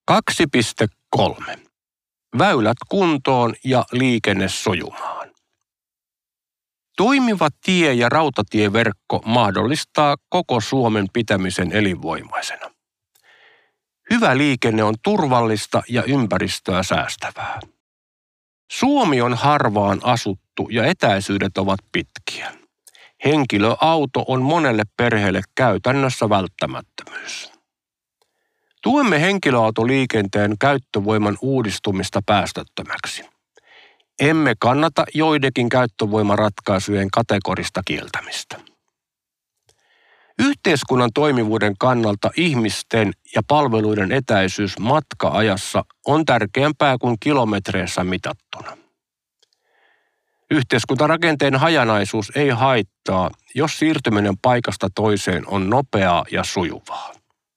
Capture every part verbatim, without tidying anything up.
kaksi piste kolme. Väylät kuntoon ja liikenne sujumaan. Toimiva tie- ja rautatieverkko mahdollistaa koko Suomen pitämisen elinvoimaisena. Hyvä liikenne on turvallista ja ympäristöä säästävää. Suomi on harvaan asuttu ja etäisyydet ovat pitkiä. Henkilöauto on monelle perheelle käytännössä välttämättömyys. Tuemme henkilöautoliikenteen käyttövoiman uudistumista päästöttömäksi. Emme kannata joidenkin käyttövoimaratkaisujen kategorista kieltämistä. Yhteiskunnan toimivuuden kannalta ihmisten ja palveluiden etäisyys matka-ajassa on tärkeämpää kuin kilometreissä mitattuna. Yhteiskuntarakenteen hajanaisuus ei haittaa, jos siirtyminen paikasta toiseen on nopeaa ja sujuvaa.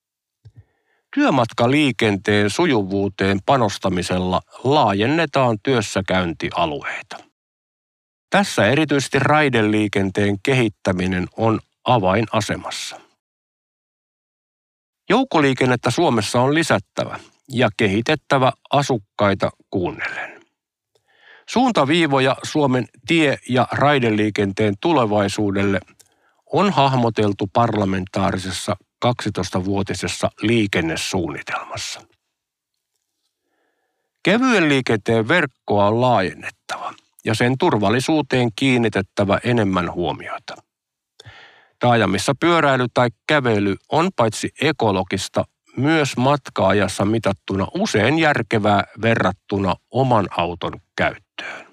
Työmatkaliikenteen sujuvuuteen panostamisella laajennetaan työssäkäyntialueita. Tässä erityisesti raideliikenteen kehittäminen on avainasemassa. Joukkoliikennettä Suomessa on lisättävä ja kehitettävä asukkaita kuunnellen. Suuntaviivoja Suomen tie- ja raideliikenteen tulevaisuudelle on hahmoteltu parlamentaarisessa kaksitoistavuotisessa liikennesuunnitelmassa. Kevyen liikenteen verkkoa on laajennettava ja sen turvallisuuteen kiinnitettävä enemmän huomiota. Taajamissa pyöräily tai kävely on paitsi ekologista, myös matka-ajassa mitattuna usein järkevää verrattuna oman auton käyttöön.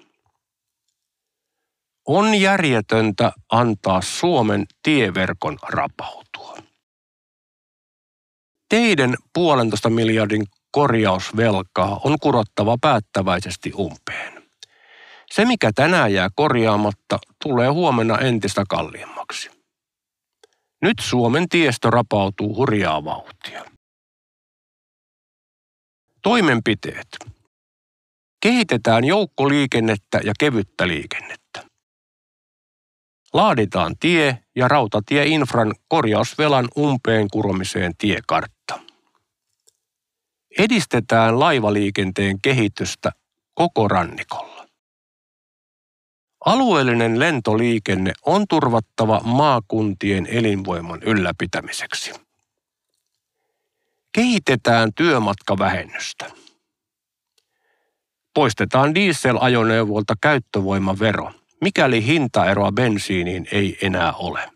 On järjetöntä antaa Suomen tieverkon rapautua. Teiden puolentoista miljardin korjausvelkaa on kurottava päättäväisesti umpeen. Se, mikä tänään jää korjaamatta, tulee huomenna entistä kalliimmaksi. Nyt Suomen tiestö rapautuu hurjaa vauhtia. Toimenpiteet. Kehitetään joukkoliikennettä ja kevyttä liikennettä. Laaditaan tie- ja rautatieinfran korjausvelan umpeen kuromiseen tiekartta. Edistetään laivaliikenteen kehitystä koko rannikolla. Alueellinen lentoliikenne on turvattava maakuntien elinvoiman ylläpitämiseksi. Kehitetään työmatkavähennystä. Poistetaan dieselajoneuvolta käyttövoimavero, mikäli hintaeroa bensiiniin ei enää ole.